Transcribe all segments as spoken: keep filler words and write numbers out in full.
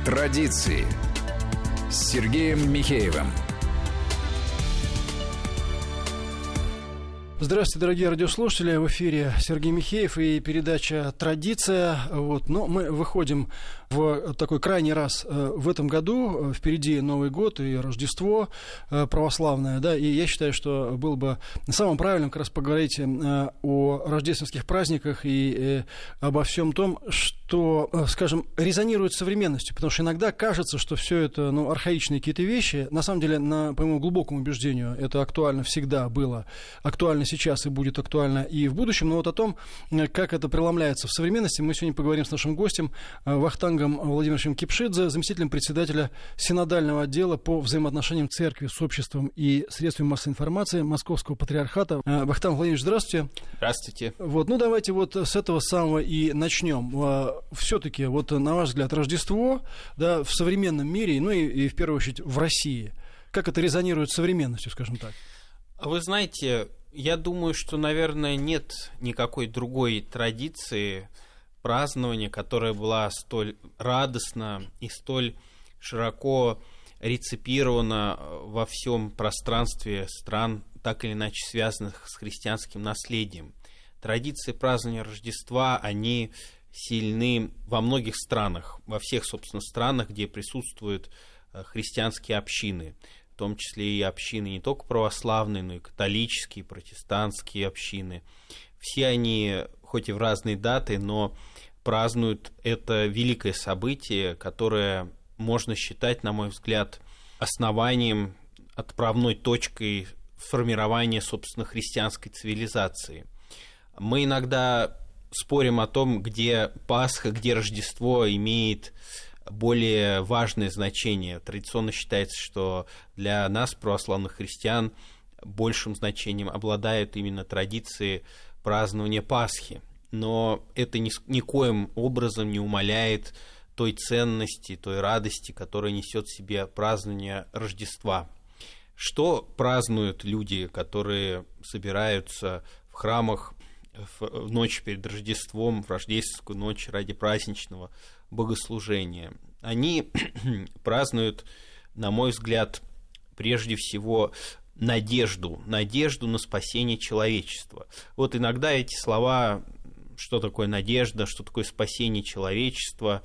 Традиции с Сергеем Михеевым. Здравствуйте, дорогие радиослушатели. В эфире Сергей Михеев и передача «Традиция». Вот. Но мы выходим в такой крайний раз в этом году. Впереди Новый год и Рождество православное. Да? И я считаю, что было бы самым правильным как раз поговорить о рождественских праздниках и обо всем том, что, скажем, резонирует с современностью. Потому что иногда кажется, что все это ну, архаичные какие-то вещи. На самом деле, на, по моему глубокому убеждению, это актуально всегда было. Актуально сейчас и будет актуально и в будущем. Но вот о том, как это преломляется в современности, мы сегодня поговорим с нашим гостем Вахтангом Владимировичем Кипшидзе, заместителем председателя Синодального отдела по взаимоотношениям церкви с обществом и средствами массовой информации Московского патриархата. Вахтанг Владимирович, здравствуйте. Здравствуйте. Вот, ну давайте вот с этого самого и начнем. Все-таки, вот на ваш взгляд, Рождество, да, в современном мире, ну и, и в первую очередь в России, как это резонирует с современностью, скажем так? Вы знаете, я думаю, что, наверное, нет никакой другой традиции празднования, которая была столь радостна и столь широко реципирована во всем пространстве стран, так или иначе связанных с христианским наследием. Традиции празднования Рождества, они сильны во многих странах, во всех, собственно, странах, где присутствуют христианские общины, в том числе и общины не только православные, но и католические, протестантские общины. Все они, хоть и в разные даты, но празднуют это великое событие, которое можно считать, на мой взгляд, основанием, отправной точкой формирования, собственно, христианской цивилизации. Мы иногда спорим о том, где Пасха, где Рождество имеет более важное значение. Традиционно считается, что для нас, православных христиан, большим значением обладают именно традиции празднования Пасхи. Но это ни, никоим образом не умаляет той ценности, той радости, которая несет в себе празднование Рождества. Что празднуют люди, которые собираются в храмах в ночь перед Рождеством, в рождественскую ночь ради праздничного богослужения? Они празднуют, на мой взгляд, прежде всего надежду, надежду на спасение человечества. Вот иногда эти слова, что такое надежда, что такое спасение человечества,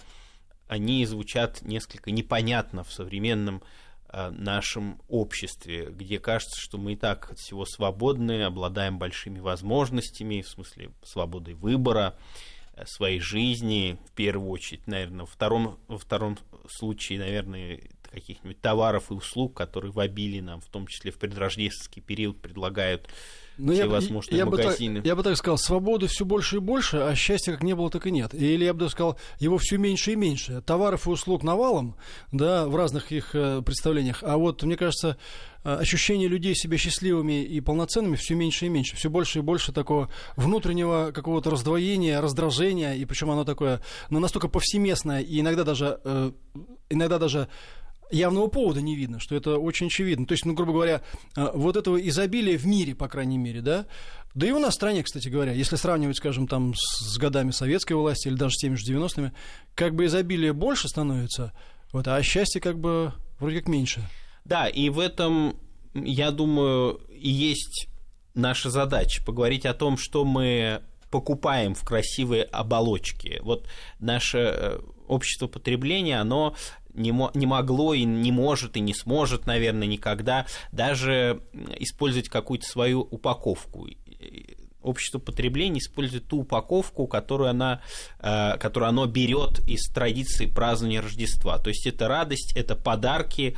они звучат несколько непонятно в современном э, нашем обществе, где кажется, что мы и так от всего свободны, обладаем большими возможностями, в смысле свободой выбора э, своей жизни, в первую очередь, наверное, во втором, во втором случае, наверное, каких-нибудь товаров и услуг, которые в обилии нам, в том числе в предрождественский период, предлагают Но все я, возможные я магазины. Бы так, я бы так сказал, свободы все больше и больше, а счастья как не было, так и нет. Или я бы даже сказал, его все меньше и меньше. Товаров и услуг навалом, да, в разных их э, представлениях. А вот, мне кажется, ощущение людей себя счастливыми и полноценными все меньше и меньше. Все больше и больше такого внутреннего какого-то раздвоения, раздражения, и причем оно такое, ну, настолько повсеместное, и иногда даже, э, иногда даже явного повода не видно, что это очень очевидно. То есть, ну, грубо говоря, вот этого изобилия в мире, по крайней мере, да, да и у нас в стране, кстати говоря, если сравнивать, скажем, там с годами советской власти или даже с теми же девяностыми, как бы изобилие больше становится, вот, а счастье как бы вроде как меньше. Да, и в этом, я думаю, и есть наша задача, поговорить о том, что мы покупаем в красивые оболочки. Вот наше общество потребления, оно не, мо- не могло и не может и не сможет, наверное, никогда даже использовать какую-то свою упаковку. Общество потребления использует ту упаковку, которую, она, э, которую оно берет из традиции празднования Рождества. То есть это радость, это подарки,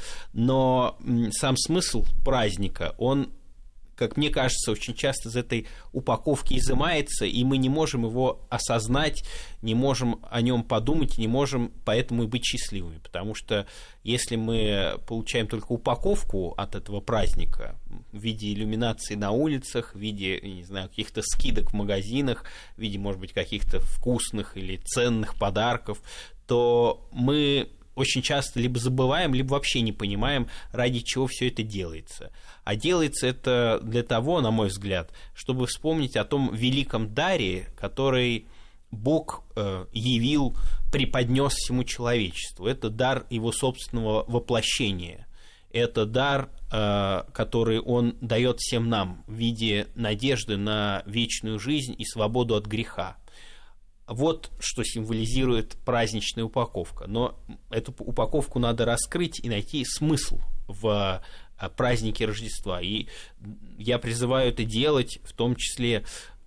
но сам смысл праздника, он, как мне кажется, очень часто из этой упаковки изымается, и мы не можем его осознать, не можем о нем подумать, не можем поэтому и быть счастливыми. Потому что если мы получаем только упаковку от этого праздника в виде иллюминации на улицах, в виде, не знаю, каких-то скидок в магазинах, в виде, может быть, каких-то вкусных или ценных подарков, то мы очень часто либо забываем, либо вообще не понимаем, ради чего все это делается. А делается это для того, на мой взгляд, чтобы вспомнить о том великом даре, который Бог э, явил, преподнес всему человечеству. Это дар его собственного воплощения. Это дар, э, который он дает всем нам в виде надежды на вечную жизнь и свободу от греха. Вот что символизирует праздничная упаковка. Но эту упаковку надо раскрыть и найти смысл в празднике Рождества. И я призываю это делать, в том числе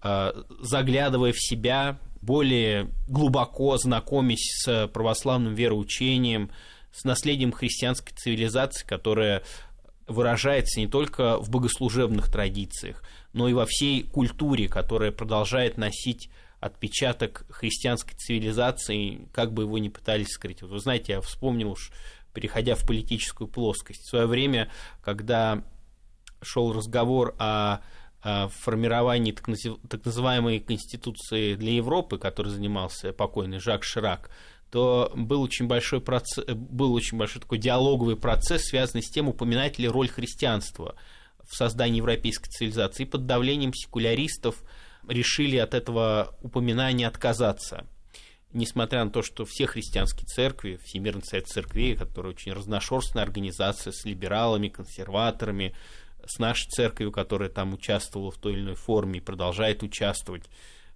заглядывая в себя, более глубоко знакомясь с православным вероучением, с наследием христианской цивилизации, которая выражается не только в богослужебных традициях, но и во всей культуре, которая продолжает носить отпечаток христианской цивилизации, как бы его ни пытались скрыть. Вот вы знаете, я вспомнил уж, переходя в политическую плоскость, в свое время, когда шел разговор о формировании так называемой Конституции для Европы, которой занимался покойный Жак Ширак, то был очень большой процесс, был очень большой такой диалоговый процесс, связанный с тем, упоминать ли роль христианства в создании европейской цивилизации. И под давлением секуляристов решили от этого упоминания отказаться. Несмотря на то, что все христианские церкви, Всемирный совет церквей, которая очень разношерстная организация с либералами, консерваторами, с нашей церковью, которая там участвовала в той или иной форме и продолжает участвовать,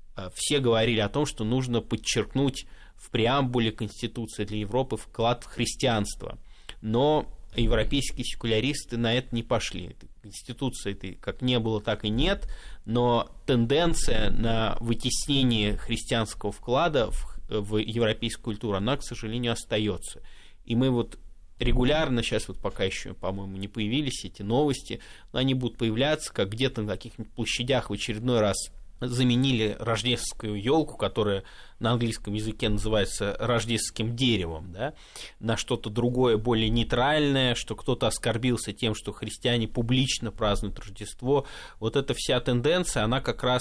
все говорили о том, что нужно подчеркнуть в преамбуле Конституции для Европы вклад христианства. Но европейские секуляристы на это не пошли. Конституции этой как не было, так и нет, но тенденция на вытеснение христианского вклада в, в европейскую культуру, она, к сожалению, остается. И мы вот регулярно, сейчас вот пока еще, по-моему, не появились эти новости, но они будут появляться, как где-то на каких-нибудь площадях в очередной раз заменили рождественскую елку, которая на английском языке называется рождественским деревом, да, на что-то другое, более нейтральное, что кто-то оскорбился тем, что христиане публично празднуют Рождество. Вот эта вся тенденция, она как раз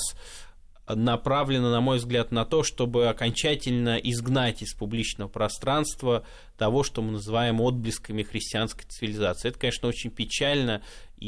направлена, на мой взгляд, на то, чтобы окончательно изгнать из публичного пространства того, что мы называем отблесками христианской цивилизации. Это, конечно, очень печально,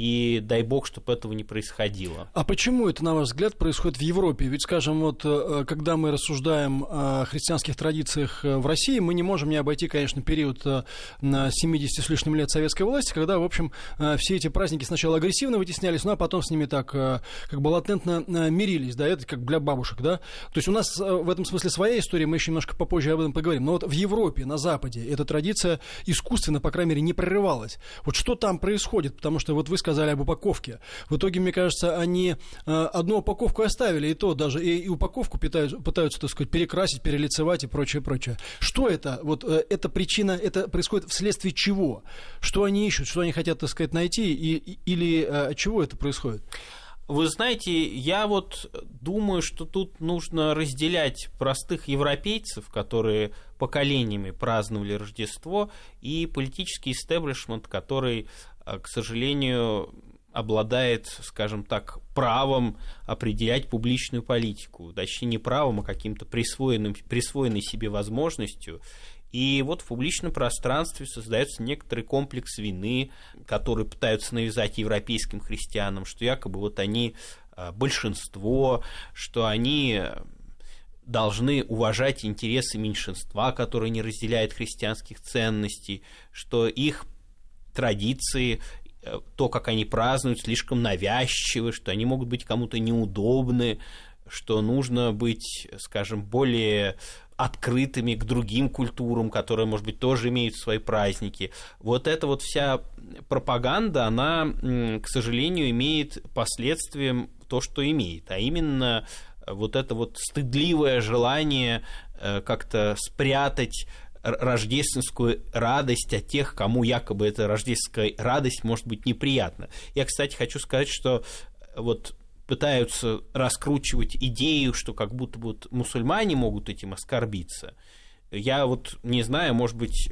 и дай бог, чтобы этого не происходило. А почему это, на ваш взгляд, происходит в Европе? Ведь, скажем, вот когда мы рассуждаем о христианских традициях в России, мы не можем не обойти, конечно, период на семьдесят с лишним лет советской власти, когда, в общем, все эти праздники сначала агрессивно вытеснялись, ну а потом с ними так как бы латентно мирились, да, это как для бабушек, да. То есть у нас в этом смысле своя история, мы еще немножко попозже об этом поговорим. Но вот в Европе, на Западе, эта традиция искусственно, по крайней мере, не прерывалась. Вот что там происходит? Потому что вот вы сказали об упаковке. В итоге, мне кажется, они одну упаковку оставили, и то даже и, и упаковку пытаются, пытаются, так сказать, перекрасить, перелицевать и прочее, прочее. Что это? Вот эта причина, это происходит вследствие чего? Что они ищут, что они хотят, так сказать, найти, и, и, или от чего это происходит? Вы знаете, я вот думаю, что тут нужно разделять простых европейцев, которые поколениями праздновали Рождество, и политический истеблишмент, который, к сожалению, обладает, скажем так, правом определять публичную политику. Точнее, не правом, а каким-то присвоенным, присвоенной себе возможностью. И вот в публичном пространстве создается некоторый комплекс вины, который пытаются навязать европейским христианам, что якобы вот они большинство, что они должны уважать интересы меньшинства, которые не разделяют христианских ценностей, что их традиции, то, как они празднуют, слишком навязчивы, что они могут быть кому-то неудобны, что нужно быть, скажем, более открытыми к другим культурам, которые, может быть, тоже имеют свои праздники. Вот эта вот вся пропаганда, она, к сожалению, имеет последствием то, что имеет, а именно вот это вот стыдливое желание как-то спрятать рождественскую радость от тех, кому якобы эта рождественская радость может быть неприятна. Я, кстати, хочу сказать, что вот пытаются раскручивать идею, что как будто бы вот мусульмане могут этим оскорбиться. Я вот не знаю, может быть,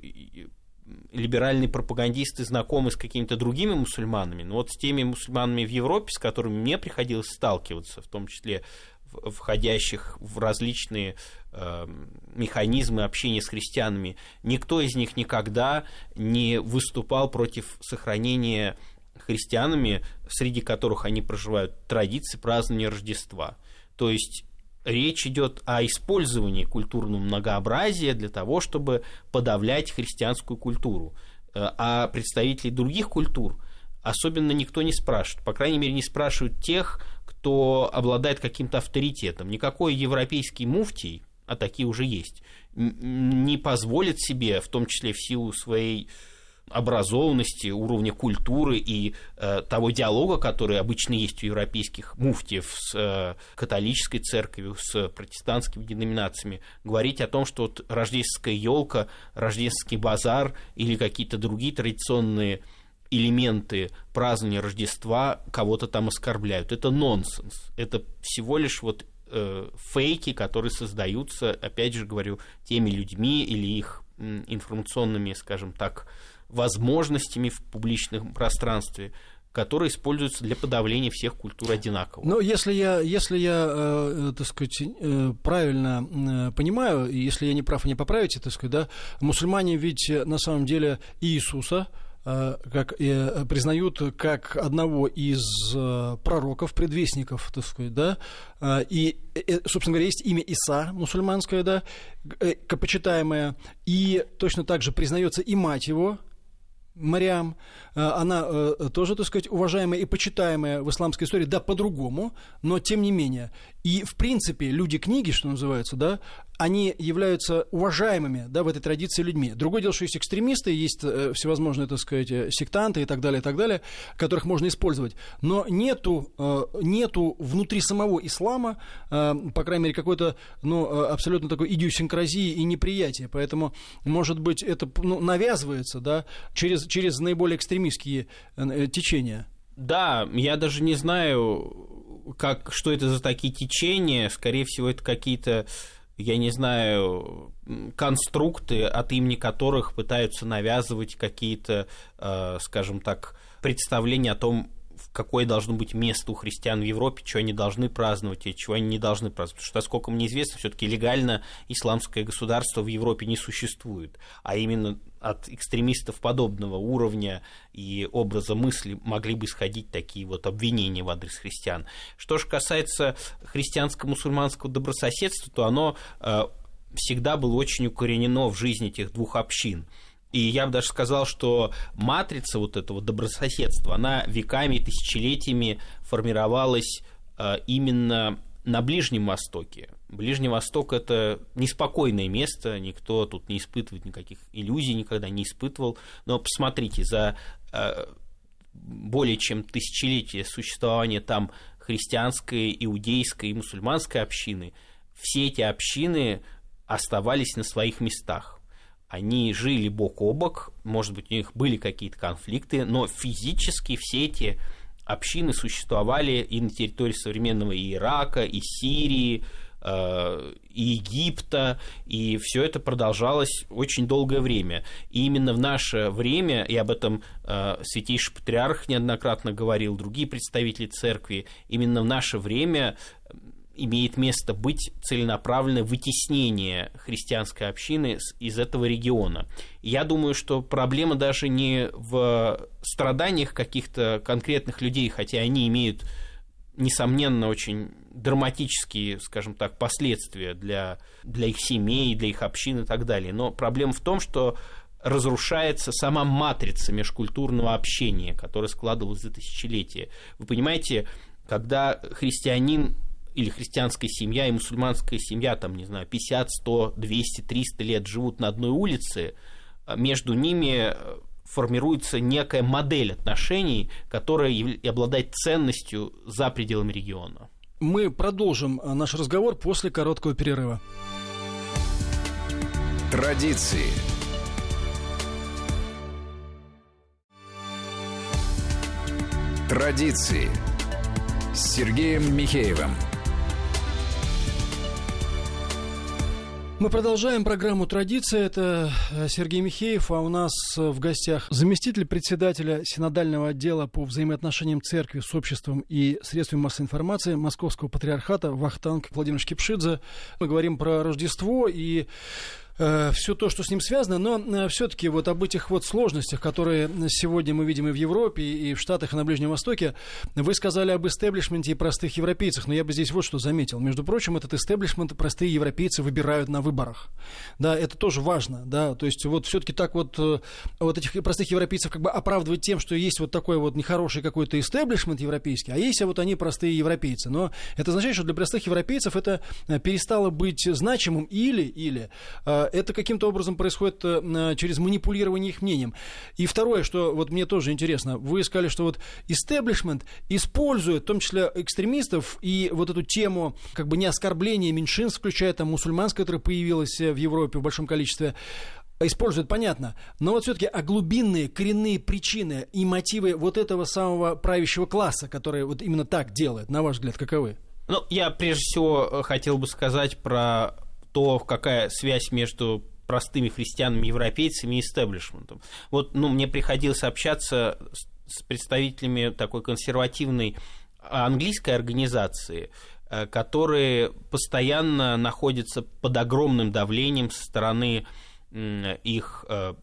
либеральные пропагандисты знакомы с какими-то другими мусульманами, но вот с теми мусульманами в Европе, с которыми мне приходилось сталкиваться, в том числе входящих в различные э, механизмы общения с христианами, никто из них никогда не выступал против сохранения христианами, среди которых они проживают, традиции празднования Рождества. То есть речь идет о использовании культурного многообразия для того, чтобы подавлять христианскую культуру. А представителей других культур особенно никто не спрашивает. По крайней мере, не спрашивают тех, кто обладает каким-то авторитетом. Никакой европейский муфтий, а такие уже есть, не позволит себе, в том числе в силу своей образованности, уровня культуры и э, того диалога, который обычно есть у европейских муфтиев с э, католической церковью, с протестантскими деноминациями, говорить о том, что вот рождественская елка, рождественский базар или какие-то другие традиционные элементы празднования Рождества кого-то там оскорбляют. Это нонсенс. Это всего лишь вот э, фейки, которые создаются, опять же говорю, теми людьми или их м, информационными, скажем так, возможностями в публичном пространстве, которые используются для подавления всех культур одинаково. Но если я, если я э, так сказать, э, правильно э, понимаю, и если я не прав, и не поправите, так сказать, да, мусульмане ведь на самом деле Иисуса э, как, э, признают как одного из э, пророков, предвестников, так сказать, да, э, и, э, собственно говоря, есть имя Иса мусульманское, да, э, почитаемое, и точно так же признается и мать его, Мариам, она тоже, так сказать, уважаемая и почитаемая в исламской истории, да, по-другому, но тем не менее. И, в принципе, люди книги, что называется, да, они являются уважаемыми, да, в этой традиции людьми. Другое дело, что есть экстремисты, есть всевозможные, так сказать, сектанты и так далее, и так далее, которых можно использовать. Но нету, нету внутри самого ислама, по крайней мере, какой-то, ну, абсолютно такой идиосинкразии и неприятия. Поэтому, может быть, это, ну, навязывается, да, через, через наиболее экстремистские течения. Да, я даже не знаю, как, что это за такие течения. Скорее всего, это какие-то, я не знаю, конструкты, от имени которых пытаются навязывать какие-то, э, скажем так, представления о том, какое должно быть место у христиан в Европе, что они должны праздновать и чего они не должны праздновать. Потому что, насколько мне известно, все-таки легально исламское государство в Европе не существует. А именно от экстремистов подобного уровня и образа мысли могли бы исходить такие вот обвинения в адрес христиан. Что же касается христианско-мусульманского добрососедства, то оно э, всегда было очень укоренено в жизни этих двух общин. И я бы даже сказал, что матрица вот этого добрососедства, она веками и тысячелетиями формировалась э, именно на Ближнем Востоке. Ближний Восток – это неспокойное место, никто тут не испытывает никаких иллюзий, никогда не испытывал. Но посмотрите, за э, более чем тысячелетие существования там христианской, иудейской и мусульманской общины, все эти общины оставались на своих местах. Они жили бок о бок, может быть, у них были какие-то конфликты, но физически все эти общины существовали и на территории современного и Ирака, и Сирии, э, и Египта, и все это продолжалось очень долгое время. И именно в наше время, и об этом э, Святейший Патриарх неоднократно говорил, другие представители церкви, именно в наше время имеет место быть целенаправленное вытеснение христианской общины из этого региона. И я думаю, что проблема даже не в страданиях каких-то конкретных людей, хотя они имеют, несомненно, очень драматические, скажем так, последствия для, для их семей, для их общин и так далее. Но проблема в том, что разрушается сама матрица межкультурного общения, которая складывалась за тысячелетия. Вы понимаете, когда христианин или христианская семья и мусульманская семья, там, не знаю, пятьдесят, сто, двести, триста лет живут на одной улице, между ними формируется некая модель отношений, которая обладает ценностью за пределами региона. Мы продолжим наш разговор после короткого перерыва. Традиции. Традиции с Сергеем Михеевым. Мы продолжаем программу «Традиция». Это Сергей Михеев, а у нас в гостях заместитель председателя синодального отдела по взаимоотношениям церкви с обществом и средствами массовой информации Московского патриархата Вахтанг Владимирович Кипшидзе. Мы говорим про Рождество, и все то, что с ним связано, но все-таки вот об этих вот сложностях, которые сегодня мы видим и в Европе, и в Штатах, и на Ближнем Востоке, вы сказали об истеблишменте и простых европейцах, но я бы здесь вот что заметил. Между прочим, этот истеблишмент простые европейцы выбирают на выборах. Да, это тоже важно, да, то есть вот все-таки так вот, вот этих простых европейцев как бы оправдывать тем, что есть вот такой вот нехороший какой-то истеблишмент европейский, а есть а вот они простые европейцы. Но это означает, что для простых европейцев это перестало быть значимым или, или это каким-то образом происходит через манипулирование их мнением. И второе, что вот мне тоже интересно, вы сказали, что вот истеблишмент использует, в том числе экстремистов, и вот эту тему как бы не оскорбления меньшинств, включая там мусульманское, которое появилось в Европе в большом количестве, используют, понятно, но вот все-таки а глубинные, коренные причины и мотивы вот этого самого правящего класса, который вот именно так делает, на ваш взгляд, каковы? Ну, я прежде всего хотел бы сказать про то, какая связь между простыми христианами, европейцами и истеблишментом. Вот, ну, мне приходилось общаться с представителями такой консервативной английской организации, которые постоянно находятся под огромным давлением со стороны их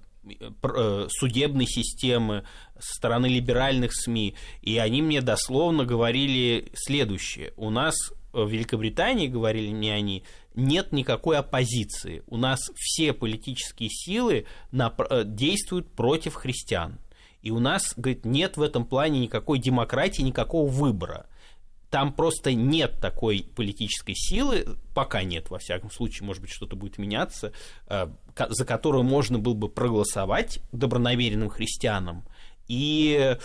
судебной системы, со стороны либеральных СМИ. И они мне дословно говорили следующее. У нас в Великобритании, говорили мне они, нет никакой оппозиции. У нас все политические силы действуют против христиан. И у нас, говорит, нет в этом плане никакой демократии, никакого выбора. Там просто нет такой политической силы, пока нет, во всяком случае, может быть, что-то будет меняться, за которую можно было бы проголосовать добронамеренным христианам, и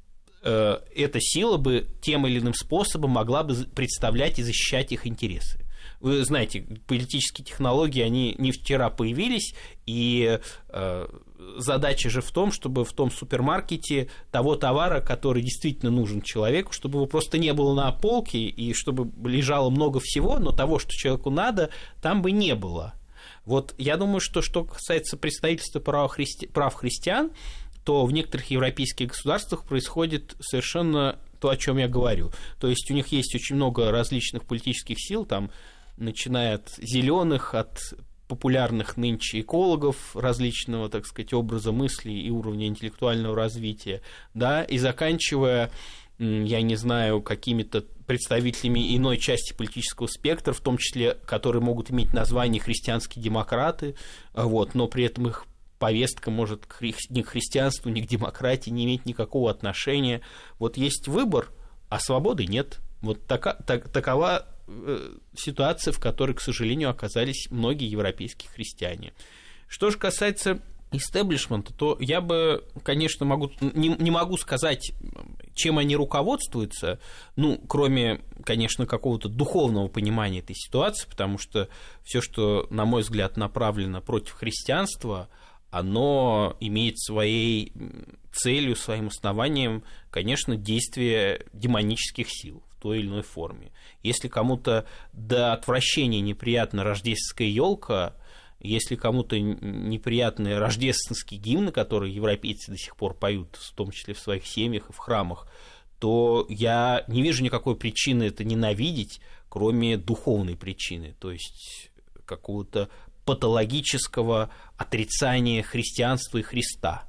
эта сила бы тем или иным способом могла бы представлять и защищать их интересы. Вы знаете, политические технологии, они не вчера появились, и э, задача же в том, чтобы в том супермаркете того товара, который действительно нужен человеку, чтобы его просто не было на полке, и чтобы лежало много всего, но того, что человеку надо, там бы не было. Вот я думаю, что что касается представительства прав, христи... прав христиан, то в некоторых европейских государствах происходит совершенно то, о чем я говорю. То есть у них есть очень много различных политических сил, там, начиная от зеленых, от популярных нынче экологов различного, так сказать, образа мысли и уровня интеллектуального развития, да, и заканчивая, я не знаю, какими-то представителями иной части политического спектра, в том числе, которые могут иметь название христианские демократы, вот, но при этом их повестка может ни к христианству, ни к демократии не иметь никакого отношения. Вот есть выбор, а свободы нет. Вот така, так, такова э, ситуация, в которой, к сожалению, оказались многие европейские христиане. Что же касается истеблишмента, то я бы, конечно, могу, не, не могу сказать, чем они руководствуются, ну, кроме, конечно, какого-то духовного понимания этой ситуации, потому что все, что, на мой взгляд, направлено против христианства, оно имеет своей целью, своим основанием, конечно, действие демонических сил в той или иной форме. Если кому-то до отвращения неприятна рождественская елка, если кому-то неприятны рождественские гимны, которые европейцы до сих пор поют, в том числе в своих семьях и в храмах, то я не вижу никакой причины это ненавидеть, кроме духовной причины, то есть какого-то патологического отрицания христианства и Христа.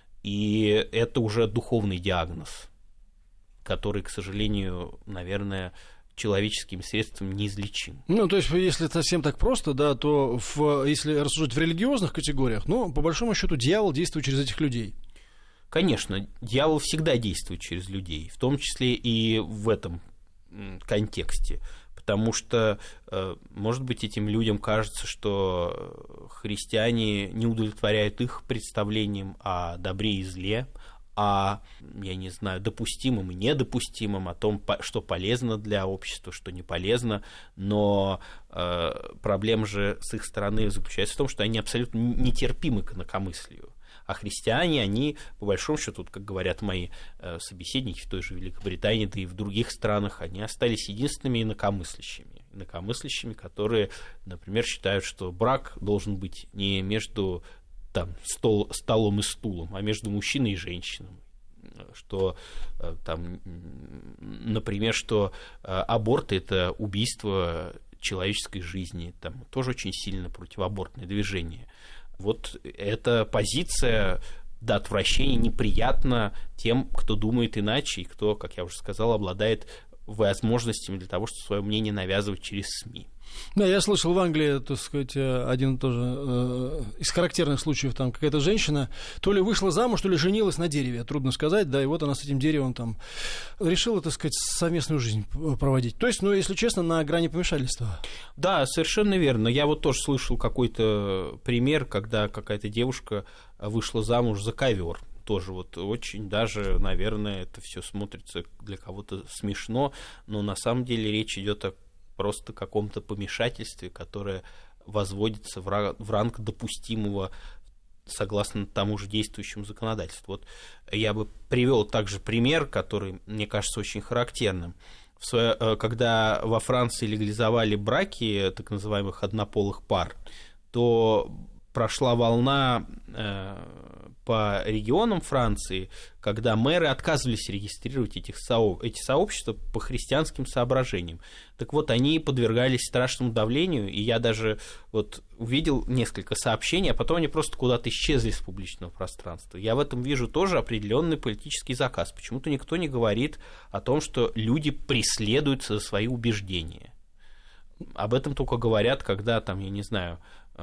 И это уже духовный диагноз, который, к сожалению, наверное, человеческими средствами неизлечим. Ну, то есть, если совсем так просто, да, то в, если рассуждать в религиозных категориях, ну, по большому счету, дьявол действует через этих людей. Конечно, дьявол всегда действует через людей, в том числе и в этом контексте. Потому что, может быть, этим людям кажется, что христиане не удовлетворяют их представлениям о добре и зле, о, я не знаю, допустимом и недопустимом, о том, что полезно для общества, что не полезно, но проблема же с их стороны заключается в том, что они абсолютно нетерпимы к инакомыслию. А христиане, они, по большому счету, как говорят мои собеседники в той же Великобритании, да и в других странах, они остались единственными инакомыслящими. Инакомыслящими, которые, например, считают, что брак должен быть не между там, стол, столом и стулом, а между мужчиной и женщиной. Что, там, например, что аборт – это убийство человеческой жизни, там тоже очень сильно противоабортное движение. Вот эта позиция до отвращения неприятна тем, кто думает иначе и кто, как я уже сказал, обладает возможностями для того, чтобы свое мнение навязывать через СМИ. Да, я слышал в Англии, так сказать, один тоже э, из характерных случаев, там какая-то женщина то ли вышла замуж, то ли женилась на дереве, трудно сказать, да, и вот она с этим деревом там решила, так сказать, совместную жизнь проводить. То есть, ну, если честно, на грани помешательства. Да, совершенно верно. Я вот тоже слышал какой-то пример, когда какая-то девушка вышла замуж за ковер. Тоже вот очень даже, наверное, это все смотрится для кого-то смешно, но на самом деле речь идет о просто каком-то помешательстве, которое возводится в ранг допустимого согласно тому же действующему законодательству. Вот я бы привел также пример, который, мне кажется, очень характерным. Когда во Франции легализовали браки так называемых однополых пар, то прошла волна по регионам Франции, когда мэры отказывались регистрировать этих сооб... эти сообщества по христианским соображениям. Так вот, они подвергались страшному давлению, и я даже вот увидел несколько сообщений, а потом они просто куда-то исчезли с публичного пространства. Я в этом вижу тоже определенный политический заказ. Почему-то никто не говорит о том, что люди преследуются за свои убеждения. Об этом только говорят, когда, там, я не знаю,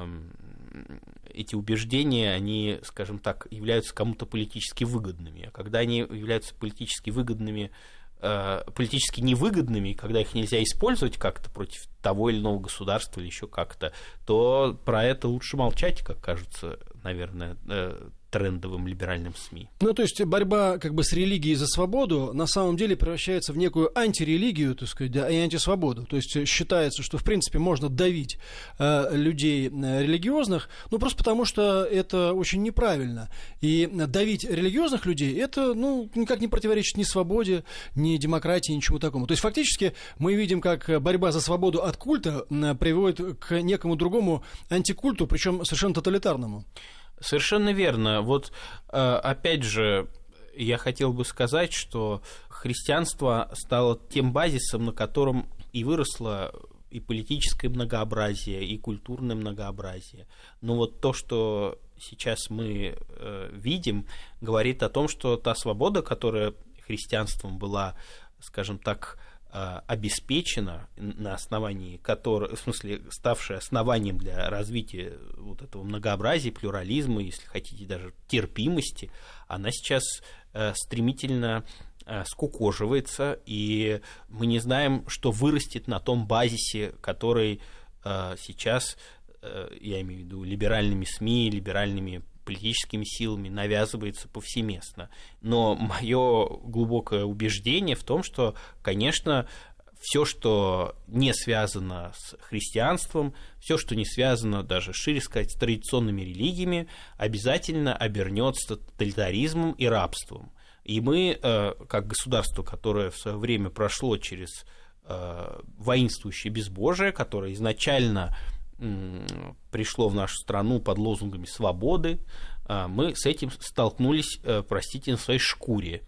эти убеждения, они, скажем так, являются кому-то политически выгодными. А когда они являются политически выгодными, э, политически невыгодными, когда их нельзя использовать как-то против того или иного государства или еще как-то, то про это лучше молчать, как кажется, наверное, э, трендовым либеральным СМИ. Ну, то есть борьба как бы с религией за свободу на самом деле превращается в некую антирелигию, так сказать, да, и антисвободу. То есть считается, что в принципе можно давить э, людей религиозных, ну, просто потому что это очень неправильно. И давить религиозных людей, это, ну, никак не противоречит ни свободе, ни демократии, ничему такому. То есть фактически мы видим, как борьба за свободу от культа приводит к некому другому антикульту, причем совершенно тоталитарному. Совершенно верно. Вот опять же, я хотел бы сказать, что христианство стало тем базисом, на котором и выросло и политическое многообразие, и культурное многообразие. Но вот то, что сейчас мы видим, говорит о том, что та свобода, которая христианством была, скажем так, обеспечена, на основании которой, в смысле, ставшая основанием для развития вот этого многообразия, плюрализма, если хотите, даже терпимости, она сейчас стремительно скукоживается, и мы не знаем, что вырастет на том базисе, который сейчас, я имею в виду, либеральными СМИ, либеральными политическими силами навязывается повсеместно. Но мое глубокое убеждение в том, что, конечно, все, что не связано с христианством, все, что не связано, даже шире сказать, с традиционными религиями, обязательно обернется тоталитаризмом и рабством. И мы, как государство, которое в свое время прошло через воинствующее безбожие, которое изначально пришло в нашу страну под лозунгами свободы, мы с этим столкнулись, простите, на своей шкуре,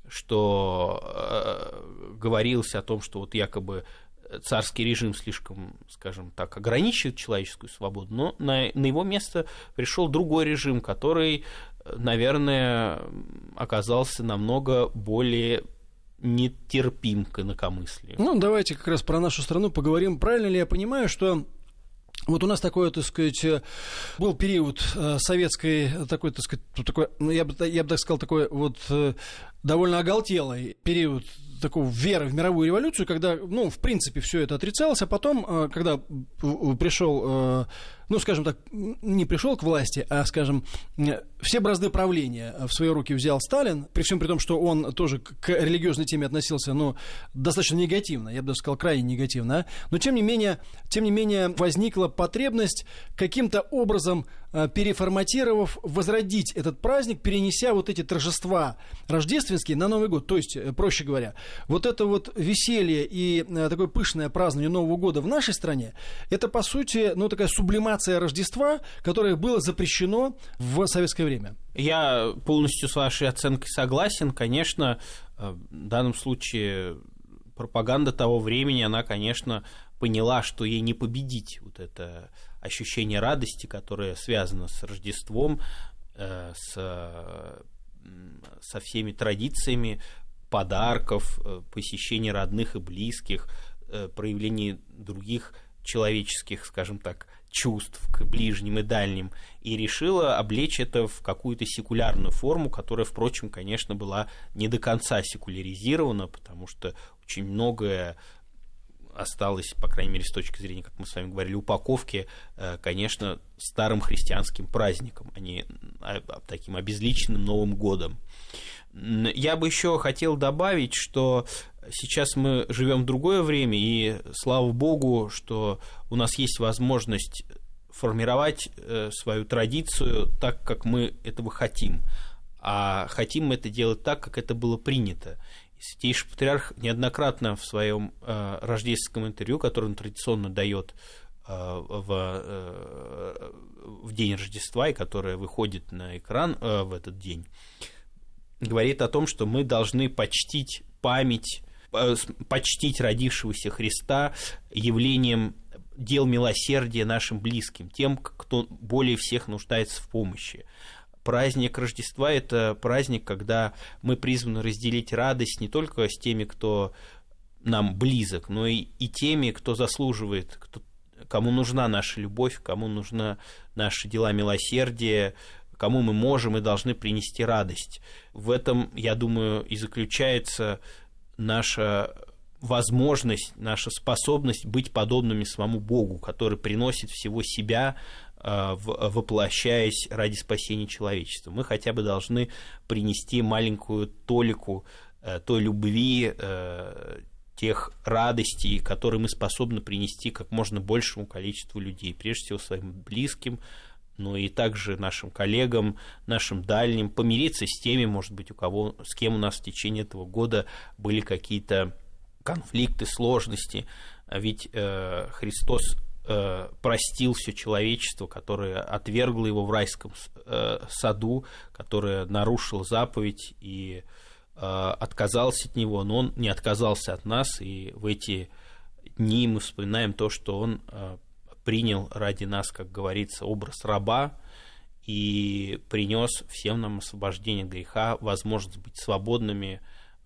что говорилось о том, что вот якобы царский режим слишком, скажем так, ограничивает человеческую свободу, но на, на его место пришел другой режим, который, наверное, оказался намного более нетерпим к инакомыслию. Ну, давайте как раз про нашу страну поговорим. Правильно ли я понимаю, что вот у нас такой, так сказать, был период советской, такой, так сказать, такой, ну, я бы, я бы так сказал, такой вот довольно оголтелый период такого веры в мировую революцию, когда, ну, в принципе, все это отрицалось, а потом, когда пришел, ну, скажем так, не пришел к власти, а, скажем, все бразды правления в свои руки взял Сталин, при всем при том, что он тоже к религиозной теме относился, ну, достаточно негативно, я бы даже сказал, крайне негативно, а? Но, тем не менее, тем не менее, возникла потребность каким-то образом, переформатировав, возродить этот праздник, перенеся вот эти торжества рождественские на Новый год. То есть, проще говоря, вот это вот веселье и такое пышное празднование Нового года в нашей стране, это, по сути, ну, такая сублимация Рождества, которое было запрещено в советское время. Я полностью с вашей оценкой согласен. Конечно, в данном случае пропаганда того времени, она, конечно, поняла, что ей не победить вот это ощущение радости, которое связано с Рождеством, э, с, со всеми традициями подарков, посещения родных и близких, э, проявления других человеческих, скажем так, чувств к ближним и дальним, и решила облечь это в какую-то секулярную форму, которая, впрочем, конечно, была не до конца секуляризирована, потому что очень многое осталось, по крайней мере, с точки зрения, как мы с вами говорили, упаковки, конечно, старым христианским праздником, а не таким обезличенным Новым годом. Я бы еще хотел добавить, что сейчас мы живем в другое время, и слава Богу, что у нас есть возможность формировать свою традицию так, как мы этого хотим. А хотим мы это делать так, как это было принято. Святейший Патриарх неоднократно в своем э, рождественском интервью, которое он традиционно дает э, в, э, в день Рождества, и которое выходит на экран э, в этот день, говорит о том, что мы должны почтить память, э, почтить родившегося Христа явлением дел милосердия нашим близким, тем, кто более всех нуждается в помощи. Праздник Рождества – это праздник, когда мы призваны разделить радость не только с теми, кто нам близок, но и, и теми, кто заслуживает, кто, кому нужна наша любовь, кому нужны наши дела милосердия, кому мы можем и должны принести радость. В этом, я думаю, и заключается наша возможность, наша способность быть подобными самому Богу, который приносит всего себя, воплощаясь ради спасения человечества. Мы хотя бы должны принести маленькую толику той любви, тех радостей, которые мы способны принести как можно большему количеству людей, прежде всего своим близким, но и также нашим коллегам, нашим дальним, помириться с теми, может быть, у кого, с кем у нас в течение этого года были какие-то конфликты, сложности. Ведь э, Христос простил все человечество, которое отвергло его в райском саду, которое нарушило заповедь и отказался от него, но он не отказался от нас, и в эти дни мы вспоминаем то, что он принял ради нас, как говорится, образ раба и принес всем нам освобождение от греха, возможность быть свободными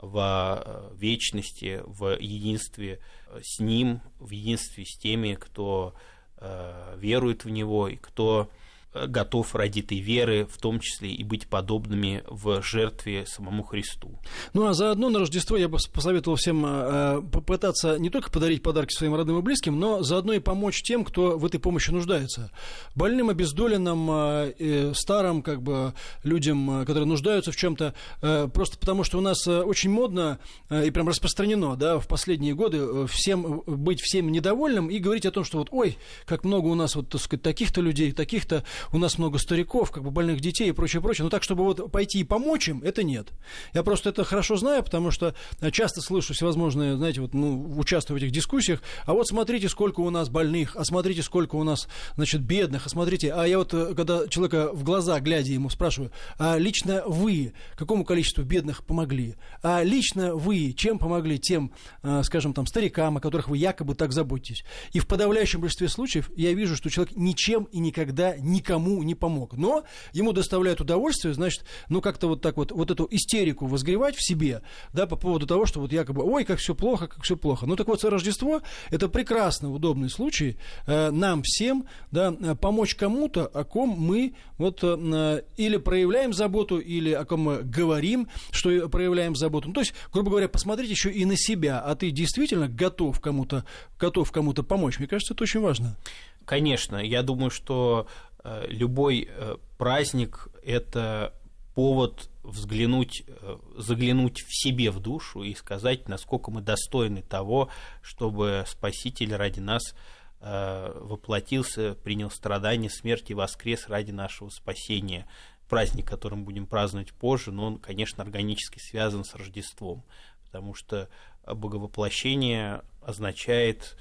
в вечности, в единстве с Ним, в единстве с теми, кто э, верует в Него и кто готов ради этой веры, в том числе и быть подобными в жертве самому Христу. Ну, а заодно на Рождество я бы посоветовал всем э, попытаться не только подарить подарки своим родным и близким, но заодно и помочь тем, кто в этой помощи нуждается. Больным, обездоленным, э, старым, как бы, людям, которые нуждаются в чем-то, э, просто потому что у нас очень модно э, и прям распространено, да, в последние годы всем быть всем недовольным и говорить о том, что вот, ой, как много у нас, вот, так сказать, таких-то людей, таких-то, у нас много стариков, как бы больных детей и прочее, прочее. Но так, чтобы вот пойти и помочь им, это нет. Я просто это хорошо знаю, потому что часто слышу всевозможные, знаете, вот, ну, участвую в этих дискуссиях. А вот смотрите, сколько у нас больных, а смотрите, сколько у нас, значит, бедных, а смотрите. А я вот, когда человека в глаза глядя ему спрашиваю, а лично вы какому количеству бедных помогли? А лично вы чем помогли тем, скажем, там, старикам, о которых вы якобы так заботитесь? И в подавляющем большинстве случаев я вижу, что человек ничем и никогда никому не помог. Но ему доставляет удовольствие, значит, ну, как-то вот так вот, вот эту истерику возгревать в себе, да, по поводу того, что вот якобы, ой, как все плохо, как все плохо. Ну, так вот, Рождество – это прекрасно удобный случай э, нам всем, да, помочь кому-то, о ком мы вот э, или проявляем заботу, или о ком мы говорим, что проявляем заботу. Ну, то есть, грубо говоря, посмотрите еще и на себя, а ты действительно готов кому-то, готов кому-то помочь. Мне кажется, это очень важно. Конечно, я думаю, что любой праздник – это повод взглянуть, заглянуть в себе в душу и сказать, насколько мы достойны того, чтобы Спаситель ради нас воплотился, принял страдания, смерть и воскрес ради нашего спасения. Праздник, который мы будем праздновать позже, но он, конечно, органически связан с Рождеством, потому что боговоплощение означает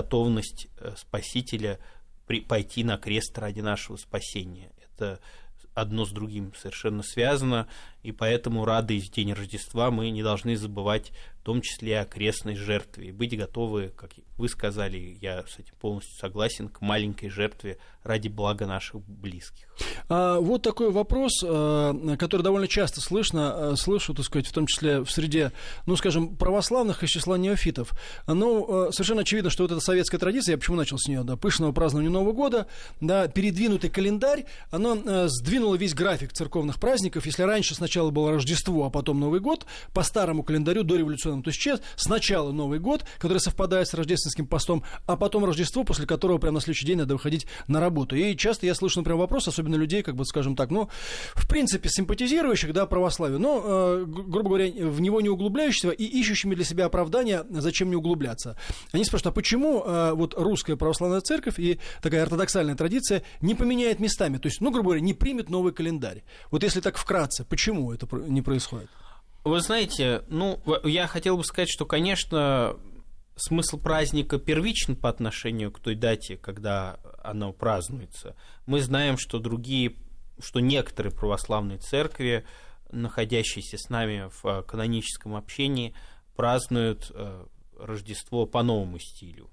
готовность Спасителя пойти на крест ради нашего спасения. Это одно с другим совершенно связано, и поэтому, радуясь в день Рождества, мы не должны забывать в том числе о крестной жертве, и быть готовы, как вы сказали, я с этим полностью согласен, к маленькой жертве ради блага наших близких. А вот такой вопрос, который довольно часто слышно, слышу, так сказать, в том числе в среде, ну, скажем, православных из числа неофитов. Ну, совершенно очевидно, что вот эта советская традиция, я почему начал с нее, да, пышного празднования Нового года, да, передвинутый календарь, оно сдвинуло весь график церковных праздников. Если раньше сначала было Рождество, а потом Новый год, по старому календарю дореволюционному, то есть сначала Новый год, который совпадает с рождественским постом, а потом Рождество, после которого прямо на следующий день надо выходить на работу. И часто я слышу, например, вопрос, особенно людей, как бы, скажем так, ну, в принципе, симпатизирующих, да, православию, но, э, грубо говоря, в него не углубляющихся и ищущими для себя оправдания, зачем не углубляться. Они спрашивают, а почему э, вот русская православная церковь и такая ортодоксальная традиция не поменяет местами, то есть, ну, грубо говоря, не примет новый календарь? Вот если так вкратце, почему это не происходит? Вы знаете, ну, я хотел бы сказать, что, конечно, смысл праздника первичен по отношению к той дате, когда оно празднуется. Мы знаем, что другие, что некоторые православные церкви, находящиеся с нами в каноническом общении, празднуют Рождество по новому стилю.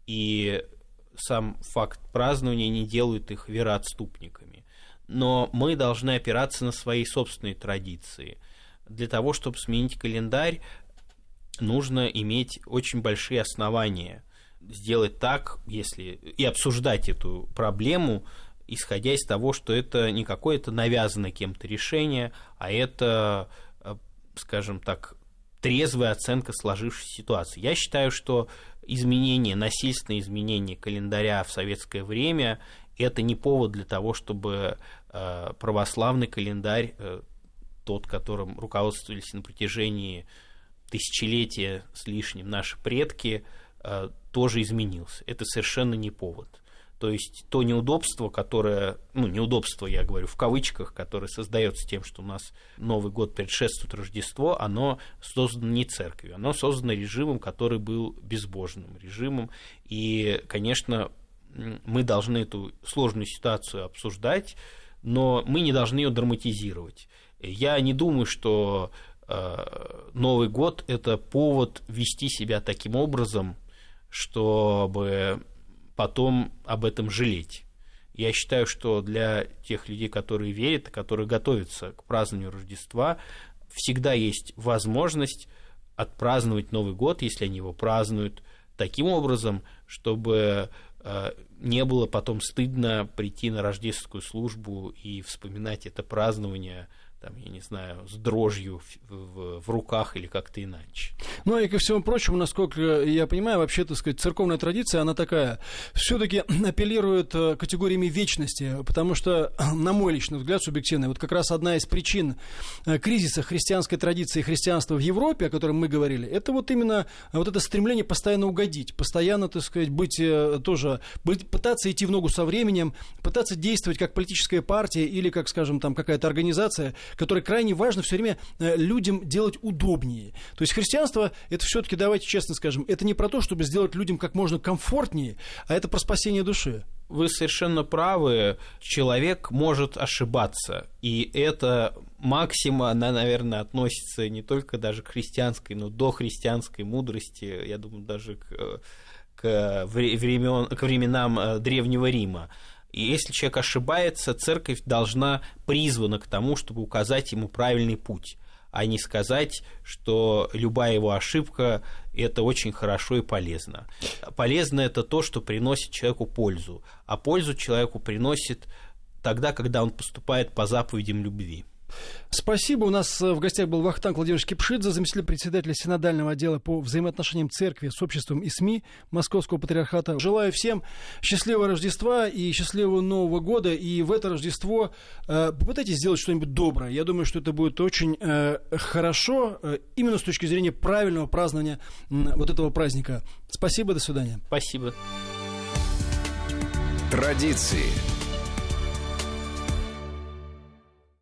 И сам факт празднования не делает их вероотступниками. Но мы должны опираться на свои собственные традиции. Для того, чтобы сменить календарь, нужно иметь очень большие основания. Сделать так, если и обсуждать эту проблему, исходя из того, что это не какое-то навязанное кем-то решение, а это, скажем так, трезвая оценка сложившейся ситуации. Я считаю, что изменение, насильственное изменение календаря в советское время – это не повод для того, чтобы православный календарь, тот, которым руководствовались на протяжении тысячелетия с лишним наши предки, тоже изменился. Это совершенно не повод. То есть то неудобство, которое, ну, неудобство, я говорю в кавычках, которое создается тем, что у нас Новый год предшествует Рождество, оно создано не церковью, оно создано режимом, который был безбожным режимом. И, конечно, мы должны эту сложную ситуацию обсуждать, но мы не должны ее драматизировать. Я не думаю, что э, Новый год – это повод вести себя таким образом, чтобы потом об этом жалеть. Я считаю, что для тех людей, которые верят, которые готовятся к празднованию Рождества, всегда есть возможность отпраздновать Новый год, если они его празднуют, таким образом, чтобы э, не было потом стыдно прийти на рождественскую службу и вспоминать это празднование, там, я не знаю, с дрожью в, в, в руках или как-то иначе. Ну и ко всему прочему, насколько я понимаю, вообще, так сказать, церковная традиция, она такая, все-таки апеллирует категориями вечности, потому что, на мой личный взгляд, субъективный, вот как раз одна из причин кризиса христианской традиции и христианства в Европе, о котором мы говорили, это вот именно вот это стремление постоянно угодить, постоянно, так сказать, быть тоже, быть, пытаться идти в ногу со временем, пытаться действовать как политическая партия или, как, скажем, там какая-то организация, которой крайне важно все время людям делать удобнее. То есть христианство, это все-таки, давайте честно скажем, это не про то, чтобы сделать людям как можно комфортнее, а это про спасение души. Вы совершенно правы. Человек может ошибаться. И эта максима, она, наверное, относится не только даже к христианской, но до христианской мудрости, я думаю, даже к, к, времен, к временам Древнего Рима. И если человек ошибается, церковь должна призвана к тому, чтобы указать ему правильный путь, а не сказать, что любая его ошибка – это очень хорошо и полезно. Полезно – это то, что приносит человеку пользу, а пользу человеку приносит тогда, когда он поступает по заповедям любви. Спасибо. У нас в гостях был Вахтанг Владимирович Кипшидзе, заместитель председателя синодального отдела по взаимоотношениям церкви с обществом и СМИ Московского патриархата. Желаю всем счастливого Рождества и счастливого Нового года. И в это Рождество э, попытайтесь сделать что-нибудь доброе. Я думаю, что это будет очень э, хорошо, э, именно с точки зрения правильного празднования э, вот этого праздника. Спасибо, до свидания. Спасибо. Традиции.